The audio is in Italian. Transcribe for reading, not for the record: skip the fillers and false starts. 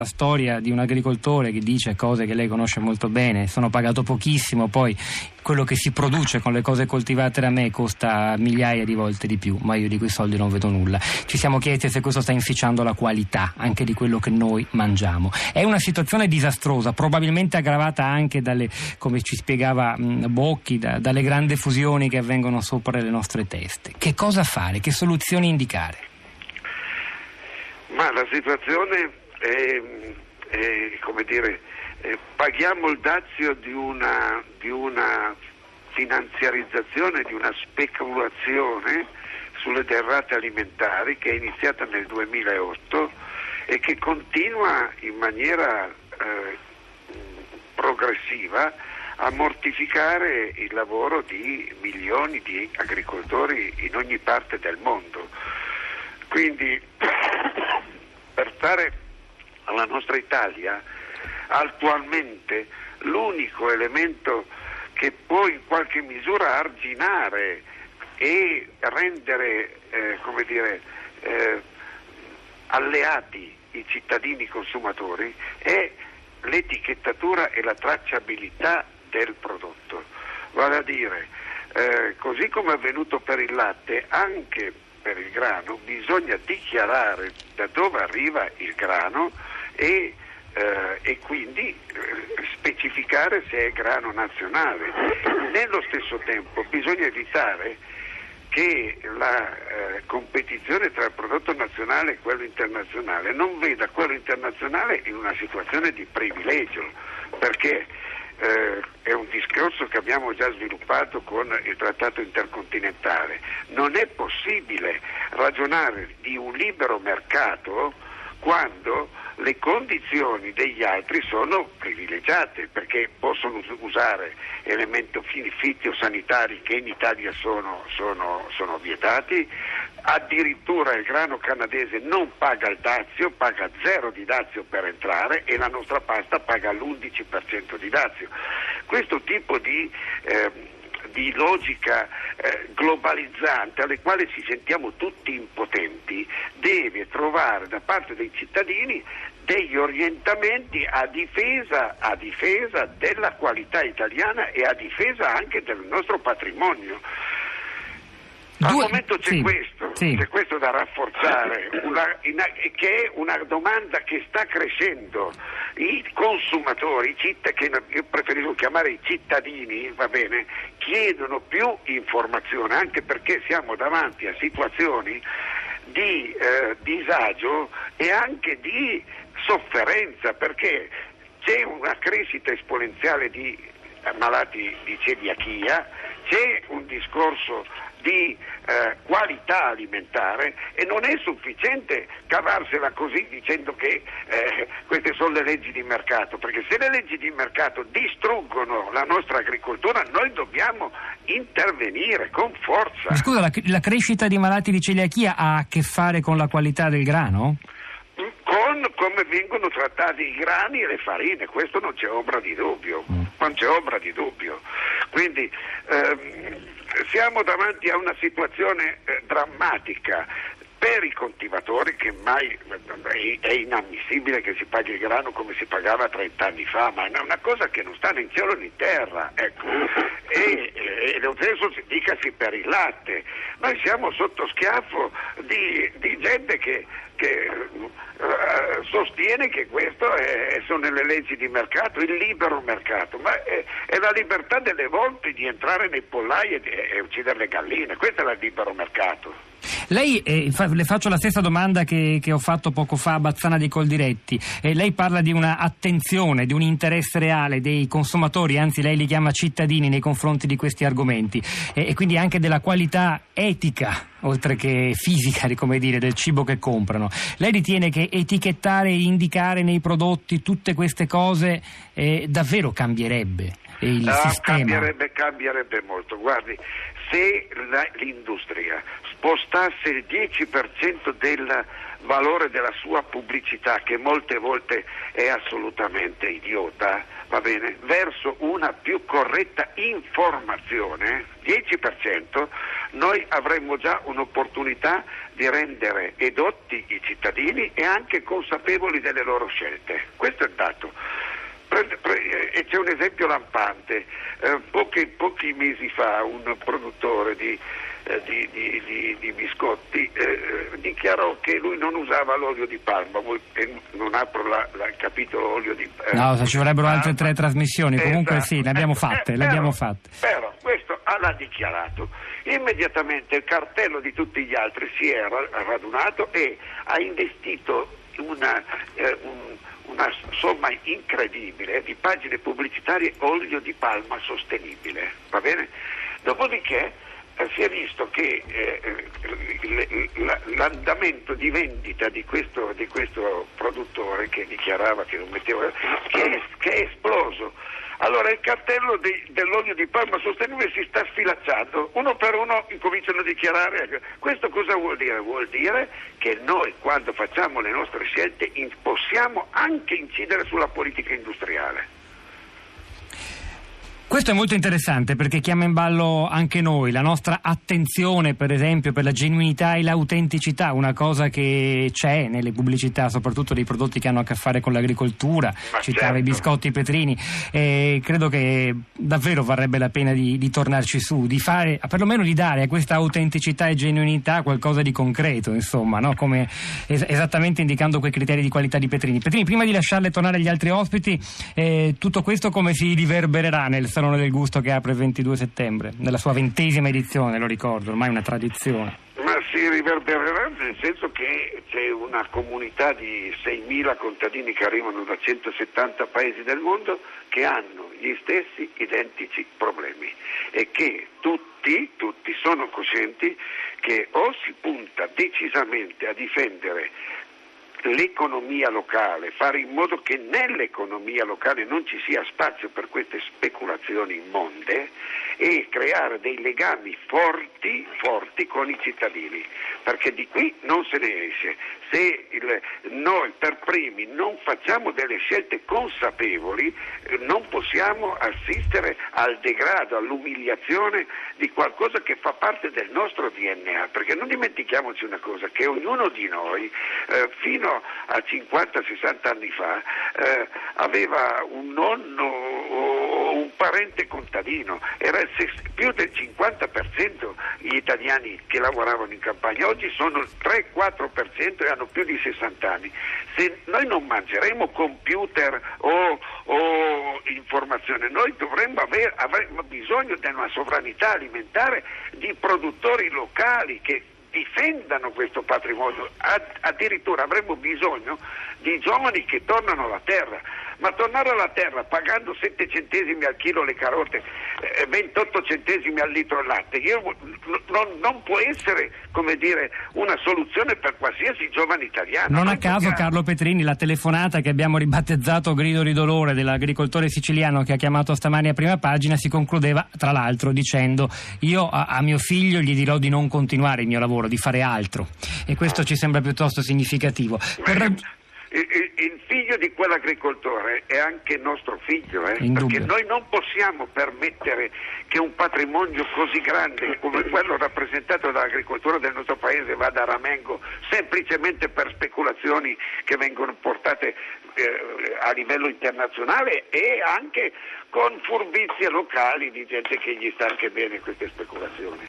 La storia di un agricoltore che dice cose che lei conosce molto bene: sono pagato pochissimo, poi quello che si produce con le cose coltivate da me costa migliaia di volte di più, ma io di quei soldi non vedo nulla. Ci siamo chiesti se questo sta inficiando la qualità anche di quello che noi mangiamo. È una situazione disastrosa, probabilmente aggravata anche dalle, come ci spiegava Bocchi, dalle grandi fusioni che avvengono sopra le nostre teste. Che cosa fare? Che soluzioni indicare? Ma la situazione come dire, paghiamo il dazio di una finanziarizzazione, di una speculazione sulle derrate alimentari che è iniziata nel 2008 e che continua in maniera progressiva a mortificare il lavoro di milioni di agricoltori in ogni parte del mondo. Quindi per stare alla nostra Italia attualmente l'unico elemento che può in qualche misura arginare e rendere alleati i cittadini consumatori è l'etichettatura e la tracciabilità del prodotto. Vale a dire, così come è avvenuto per il latte, anche per il grano bisogna dichiarare da dove arriva il grano e quindi specificare se è grano nazionale. Nello stesso tempo bisogna evitare che la competizione tra il prodotto nazionale e quello internazionale non veda quello internazionale in una situazione di privilegio, perché è un discorso che abbiamo già sviluppato con il trattato intercontinentale. Non è possibile ragionare di un libero mercato quando le condizioni degli altri sono privilegiate, perché possono usare elementi fitosanitari che in Italia sono vietati. Addirittura il grano canadese non paga il dazio, paga 0 di dazio per entrare, e la nostra pasta paga l'11% di dazio. Questo tipo di logica globalizzante, alle quali ci sentiamo tutti impotenti, deve trovare da parte dei cittadini degli orientamenti a difesa della qualità italiana e a difesa anche del nostro patrimonio. Al momento c'è questo da rafforzare, che è una domanda che sta crescendo. I consumatori, che io preferisco chiamare i cittadini, va bene, chiedono più informazione, anche perché siamo davanti a situazioni di disagio e anche di sofferenza, perché c'è una crescita esponenziale di malati di celiachia, c'è un discorso di qualità alimentare, e non è sufficiente cavarsela così dicendo che queste sono le leggi di mercato, perché se le leggi di mercato distruggono la nostra agricoltura, noi dobbiamo intervenire con forza. Scusa, la crescita di malati di celiachia ha a che fare con la qualità del grano? Con come vengono trattati i grani e le farine, questo non c'è ombra di dubbio, Quindi siamo davanti a una situazione drammatica per i coltivatori, che mai è inammissibile che si paghi il grano come si pagava 30 anni fa, ma è una cosa che non sta né in cielo né in terra, ecco. E lo stesso dicasi per il latte. Noi siamo sotto schiaffo di gente che sostiene che questo sono le leggi di mercato, il libero mercato, ma è la libertà delle volpi di entrare nei pollai e uccidere le galline, questo è il libero mercato. Lei, le faccio la stessa domanda che ho fatto poco fa a Bazzana dei Coldiretti. Lei parla di una attenzione, di un interesse reale dei consumatori, anzi lei li chiama cittadini, nei confronti di questi argomenti, e quindi anche della qualità etica, oltre che fisica, come dire, del cibo che comprano. Lei ritiene che etichettare e indicare nei prodotti tutte queste cose davvero cambierebbe il sistema? Cambierebbe molto. Guardi, se l'industria spostasse il 10% del valore della sua pubblicità, che molte volte è assolutamente idiota, va bene, verso una più corretta informazione, 10%, noi avremmo già un'opportunità di rendere edotti i cittadini e anche consapevoli delle loro scelte. Questo è il dato. E c'è un esempio lampante. Pochi mesi fa un produttore di biscotti dichiarò che lui non usava l'olio di palma. Non apro il capitolo olio di palma. No, ci vorrebbero altre 3 trasmissioni. Comunque esatto. Sì, le abbiamo fatte. Però questo l'ha dichiarato. Immediatamente il cartello di tutti gli altri si è radunato e ha investito una somma incredibile di pagine pubblicitarie olio di palma sostenibile, va bene? Dopodiché si è visto che l'andamento di vendita di questo produttore che dichiarava che non metteva che è esploso. Allora il cartello dell'olio di palma sostenibile si sta sfilacciando, uno per uno incominciano a dichiarare. Questo cosa vuol dire? Vuol dire che noi quando facciamo le nostre scelte possiamo anche incidere sulla politica industriale. Questo è molto interessante perché chiama in ballo anche noi, la nostra attenzione per esempio per la genuinità e l'autenticità, una cosa che c'è nelle pubblicità soprattutto dei prodotti che hanno a che fare con l'agricoltura, citare i biscotti Petrini, credo che davvero varrebbe la pena di tornarci su, di fare, perlomeno di dare a questa autenticità e genuinità qualcosa di concreto, insomma, no? Come esattamente indicando quei criteri di qualità di Petrini. Petrini, prima di lasciarle tornare agli altri ospiti, tutto questo come si riverbererà nel Salone del Gusto che apre il 22 settembre, nella sua 20ª edizione, lo ricordo, ormai una tradizione. Ma si riverbererà nel senso che c'è una comunità di 6.000 contadini che arrivano da 170 paesi del mondo che hanno gli stessi identici problemi e che tutti sono coscienti che o si punta decisamente a difendere l'economia locale, fare in modo che nell'economia locale non ci sia spazio per queste speculazioni immonde e creare dei legami forti con i cittadini, perché di qui non se ne esce. Se noi per primi non facciamo delle scelte consapevoli, non possiamo assistere al degrado, all'umiliazione di qualcosa che fa parte del nostro DNA, perché non dimentichiamoci una cosa, che ognuno di noi fino a 50-60 anni fa aveva un nonno o un parente contadino, era più del 50% gli italiani che lavoravano in campagna, oggi sono il 3-4% e hanno più di 60 anni. Se noi non mangeremo computer o informazione, noi avremmo bisogno di una sovranità alimentare di produttori locali che difendano questo patrimonio. Addirittura avremmo bisogno di giovani che tornano alla terra, ma tornare alla terra pagando 7 centesimi al chilo le carote, 28 centesimi al litro il latte, non può essere, come dire, una soluzione per qualsiasi giovane italiano. Non a caso Carlo Petrini, la telefonata che abbiamo ribattezzato grido di dolore dell'agricoltore siciliano che ha chiamato stamani a Prima Pagina si concludeva tra l'altro dicendo: io a mio figlio gli dirò di non continuare il mio lavoro, di fare altro, e questo ci sembra piuttosto significativo. Il figlio di quell'agricoltore è anche nostro figlio, perché noi non possiamo permettere che un patrimonio così grande come quello rappresentato dall'agricoltura del nostro paese vada a ramengo semplicemente per speculazioni che vengono portate a livello internazionale e anche con furbizie locali di gente che gli sta anche bene queste speculazioni.